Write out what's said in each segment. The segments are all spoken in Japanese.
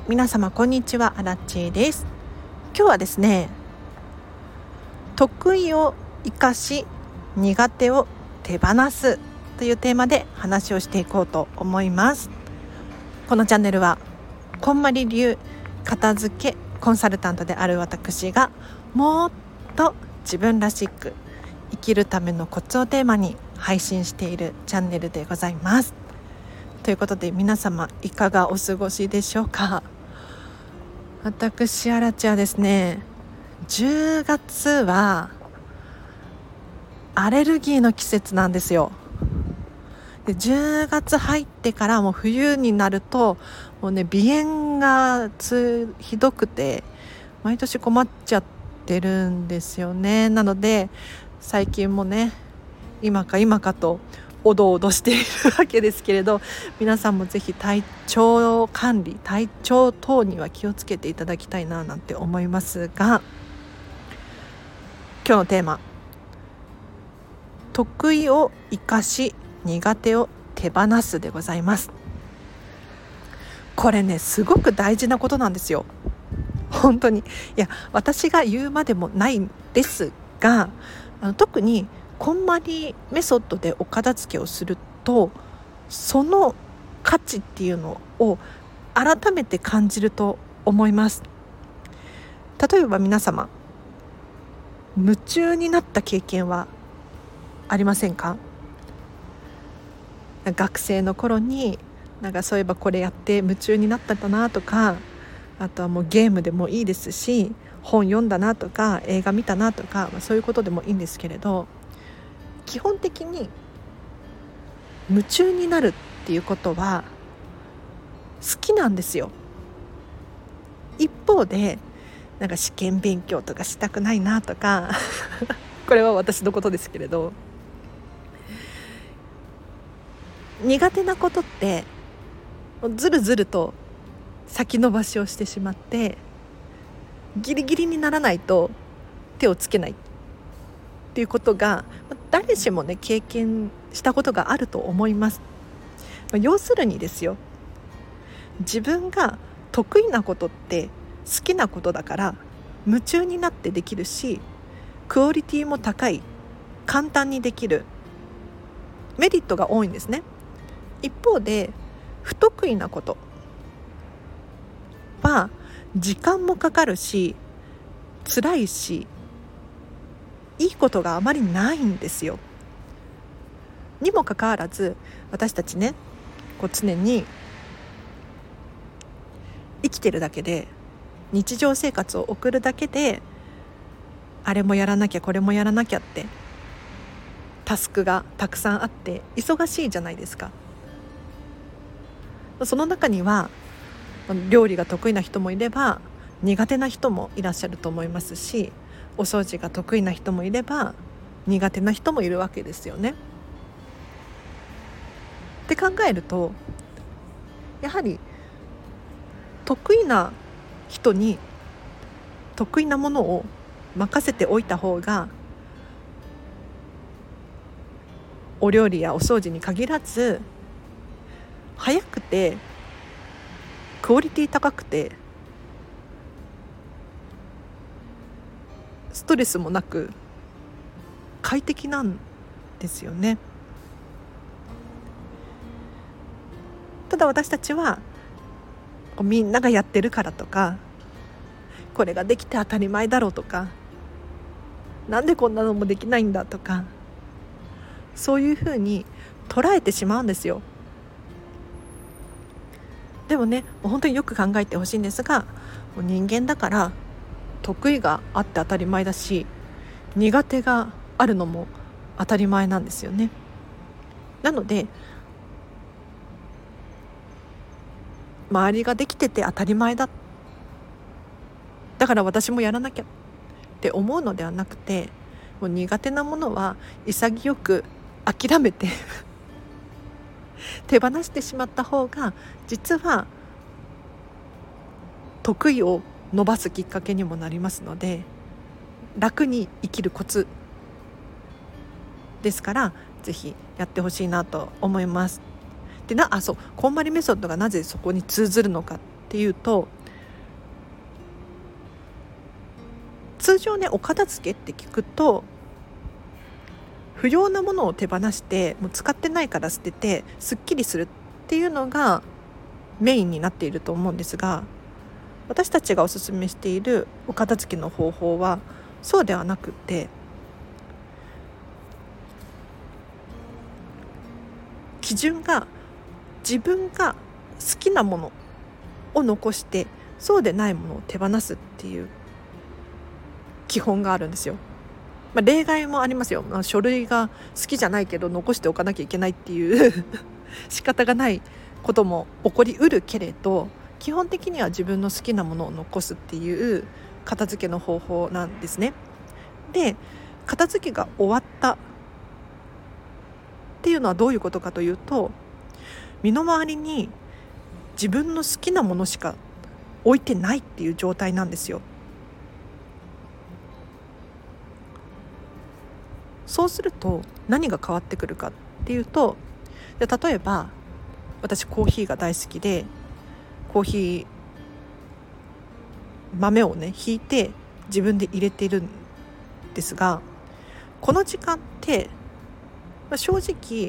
皆様こんにちは、アラチェです。今日はですね、得意を生かし苦手を手放すというテーマで話をしていこうと思います。このチャンネルはこんまり流片付けコンサルタントである私がもっと自分らしく生きるためのコツをテーマに配信しているチャンネルでございます。ということで皆様いかがお過ごしでしょうか。私アラチはですね、10月はアレルギーの季節なんですよ。で10月入ってからもう冬になるともうね、鼻炎がひどくて毎年困っちゃってるんですよね。なので最近もね、今かとおどおどしているわけですけれど、皆さんもぜひ体調管理、体調等には気をつけていただきたいななんて思いますが、今日のテーマ、得意を生かし苦手を手放すでございます。これね、すごく大事なことなんですよ。本当に。いや、私が言うまでもないんですが、特にこんまりメソッドでお片付けをすると、その価値っていうのを改めて感じると思います。例えば皆様、夢中になった経験はありませんか？学生の頃にそういえばこれやって夢中になったんだなとか、あとはもうゲームでもいいですし、本読んだなとか映画見たなとか、そういうことでもいいんですけれど、基本的に夢中になるっていうことは好きなんですよ。一方で試験勉強とかしたくないなとかこれは私のことですけれど、苦手なことってずるずると先延ばしをしてしまって、ギリギリにならないと手をつけないっていうことが誰しもね、経験したことがあると思います。要するにですよ、自分が得意なことって好きなことだから夢中になってできるし、クオリティも高い、簡単にできる、メリットが多いんですね。一方で不得意なことは時間もかかるし辛いし、いいことがあまりないんですよ。にもかかわらず私たちね、常に生きてるだけで、日常生活を送るだけで、あれもやらなきゃこれもやらなきゃってタスクがたくさんあって忙しいじゃないですか。その中には料理が得意な人もいれば苦手な人もいらっしゃると思いますし、お掃除が得意な人もいれば苦手な人もいるわけですよね。って考えると、やはり得意な人に得意なものを任せておいた方が、お料理やお掃除に限らず早くてクオリティ高くてストレスもなく快適なんですよね。ただ私たちはみんながやってるからとか、これができて当たり前だろうとか、なんでこんなのもできないんだとか、そういうふうに捉えてしまうんですよ。でもね、もう本当によく考えてほしいんですが、もう人間だから得意があって当たり前だし、苦手があるのも当たり前なんですよね。なので周りができてて当たり前だ、だから私もやらなきゃって思うのではなくて、もう苦手なものは潔く諦めて手放してしまった方が、実は得意を伸ばすきっかけにもなりますので、楽に生きるコツですから、ぜひやってほしいなと思います。でそうこんまりメソッドがなぜそこに通ずるのかっていうと、 常ね、お片付けって聞くと不要なものを手放して、もう使ってないから捨ててすっきりするっていうのがメインになっていると思うんですが、私たちがおすすめしているお片付けの方法はそうではなくて、基準が自分が好きなものを残して、そうでないものを手放すっていう基本があるんですよ。例外もありますよ。書類が好きじゃないけど残しておかなきゃいけないっていう仕方がないことも起こりうるけれど、基本的には自分の好きなものを残すっていう片付けの方法なんですね。で、片付けが終わったっていうのはどういうことかというと、身の回りに自分の好きなものしか置いてないっていう状態なんですよ。そうすると何が変わってくるかっていうと、例えば私コーヒーが大好きで、コーヒー豆をねひいて自分で入れているんですが、この時間って正直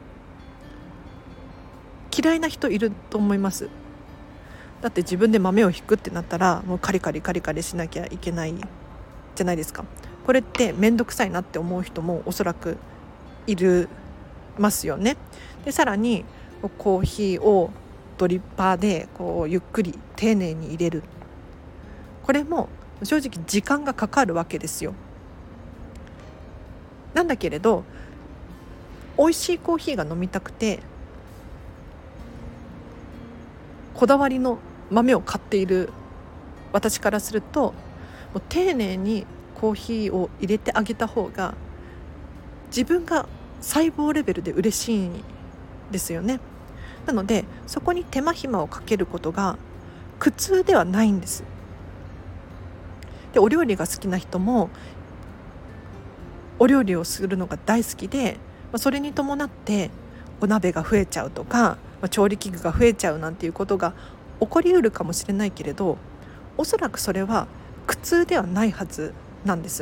嫌いな人いると思います。だって自分で豆をひくってなったらもうカリカリカリカリしなきゃいけないじゃないですか。これってめんどくさいなって思う人もおそらくいますよね。で、さらにコーヒーをドリッパーでこうゆっくり丁寧に入れる、これも正直時間がかかるわけですよ。なんだけれど美味しいコーヒーが飲みたくてこだわりの豆を買っている私からすると、もう丁寧にコーヒーを入れてあげた方が自分が細胞レベルで嬉しいんですよね。なのでそこに手間暇をかけることが苦痛ではないんです。で、お料理が好きな人もお料理をするのが大好きで、それに伴ってお鍋が増えちゃうとか、調理器具が増えちゃうなんていうことが起こりうるかもしれないけれど、おそらくそれは苦痛ではないはずなんです。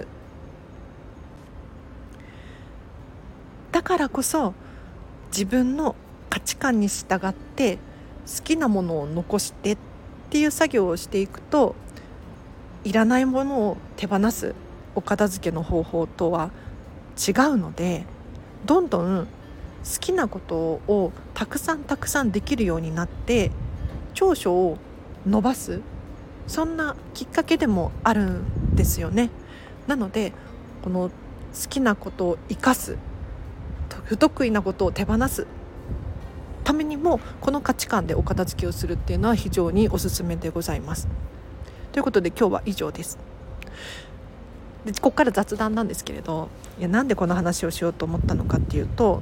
だからこそ自分の価値観に従って好きなものを残してっていう作業をしていくと、いらないものを手放すお片付けの方法とは違うので、どんどん好きなことをたくさんできるようになって長所を伸ばす、そんなきっかけでもあるんですよね。なのでこの好きなことを生かす、不得意なことを手放すためにもこの価値観でお片付けをするっていうのは非常におすすめでございます。ということで今日は以上です。で、ここから雑談なんですけれど、なんでこの話をしようと思ったのかっていうと、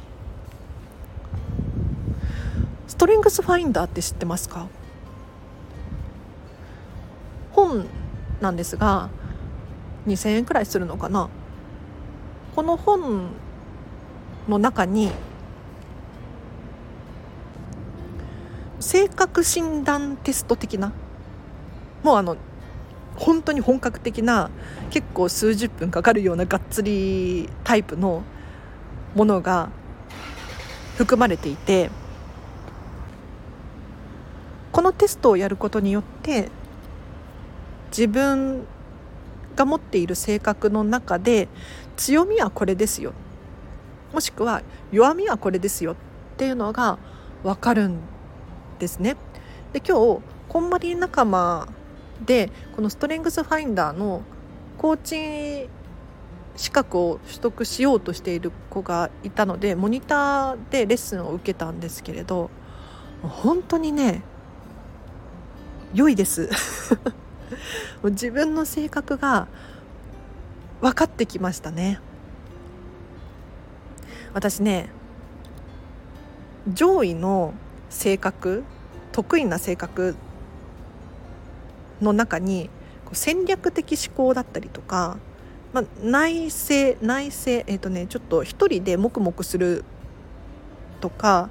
ストレングスファインダーって知ってますか？本なんですが2000円くらいするのかな。この本の中に性格診断テスト的な、もう本当に本格的な、結構数十分かかるようながっつりタイプのものが含まれていて、このテストをやることによって自分が持っている性格の中で強みはこれですよ、もしくは弱みはこれですよっていうのが分かるんですね。で、今日こんまり仲間でこのストレングスファインダーのコーチ資格を取得しようとしている子がいたので、モニターでレッスンを受けたんですけれど、本当にね良いです自分の性格が分かってきましたね。私ね、上位の性格、得意な性格の中に戦略的思考だったりとか、内省ちょっと一人で黙々するとか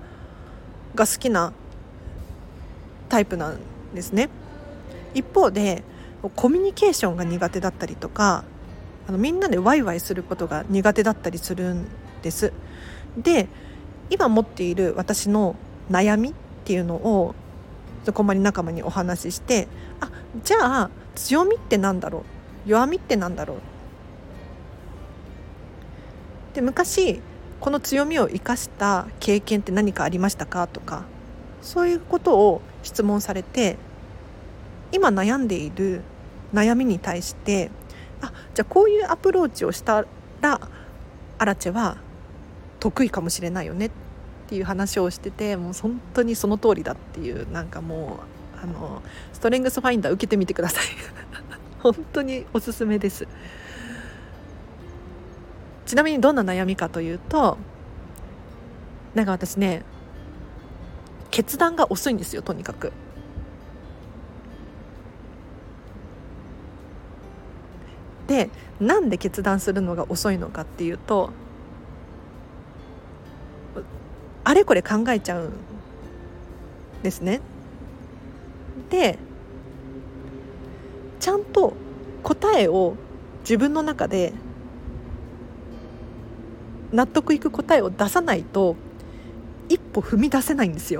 が好きなタイプなんですね。一方でコミュニケーションが苦手だったりとか、みんなでワイワイすることが苦手だったりするんです。で、今持っている私の悩みっていうのをこまり仲間にお話しして、じゃあ強みってなんだろう、弱みってなんだろう、で昔この強みを生かした経験って何かありましたかとか、そういうことを質問されて、今悩んでいる悩みに対して、じゃあこういうアプローチをしたらアラチェは得意かもしれないよねっていう話をしてて、もう本当にその通りだっていう、なんかもうストレングスファインダー受けてみてください本当におすすめです。ちなみにどんな悩みかというと、なんか私ね、決断が遅いんですよ。とにかくで、なんで決断するのが遅いのかっていうと、あれこれ考えちゃうんですね。で、ちゃんと答えを自分の中で納得いく答えを出さないと一歩踏み出せないんですよ。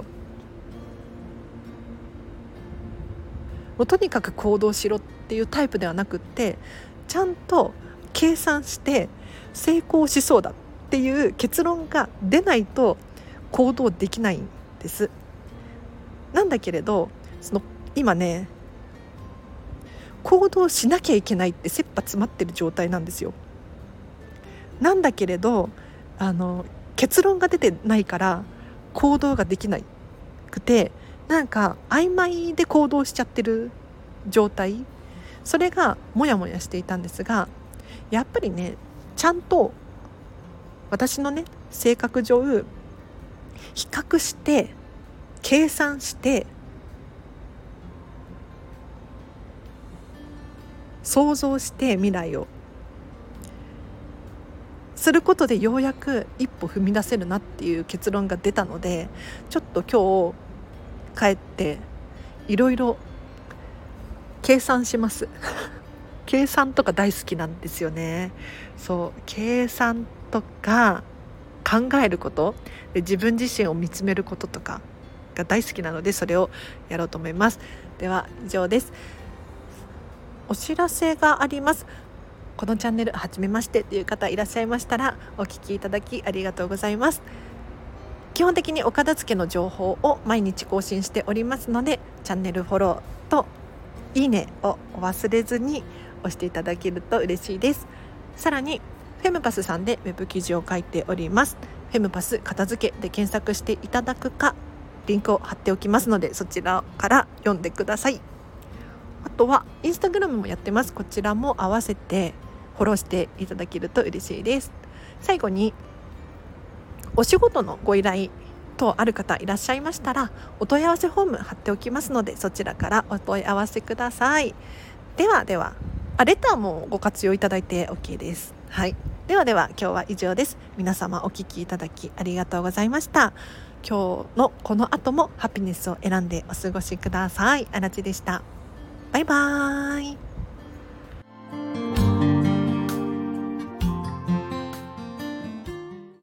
もうとにかく行動しろっていうタイプではなくって、ちゃんと計算して成功しそうだっていう結論が出ないと行動できないんです。なんだけれど、今ね、行動しなきゃいけないって切羽詰まってる状態なんですよ。なんだけれど結論が出てないから行動ができなくて、なんか曖昧で行動しちゃってる状態、それがモヤモヤしていたんですが、やっぱりね、ちゃんと私のね性格上比較して計算して想像して未来をすることでようやく一歩踏み出せるなっていう結論が出たので、ちょっと今日帰っていろいろ計算します計算とか大好きなんですよね。そう、計算とか考えることで自分自身を見つめることとかが大好きなので、それをやろうと思います。では以上です。お知らせがあります。このチャンネル初めましてという方いらっしゃいましたら、お聞きいただきありがとうございます。基本的にお片付けの情報を毎日更新しておりますので、チャンネルフォローといいねをお忘れずに押していただけると嬉しいです。さらにフェムパスさんでウェブ記事を書いております。フェムパス片付けで検索していただくか、リンクを貼っておきますので、そちらから読んでください。あとはインスタグラムもやってます。こちらも合わせてフォローしていただけると嬉しいです。最後に、お仕事のご依頼等ある方いらっしゃいましたら、お問い合わせフォーム貼っておきますので、そちらからお問い合わせください。ではレターもご活用いただいて OK です。はい、では今日は以上です。皆様お聞きいただきありがとうございました。今日のこの後もハピネスを選んでお過ごしください。あらちでした。バイバーイ。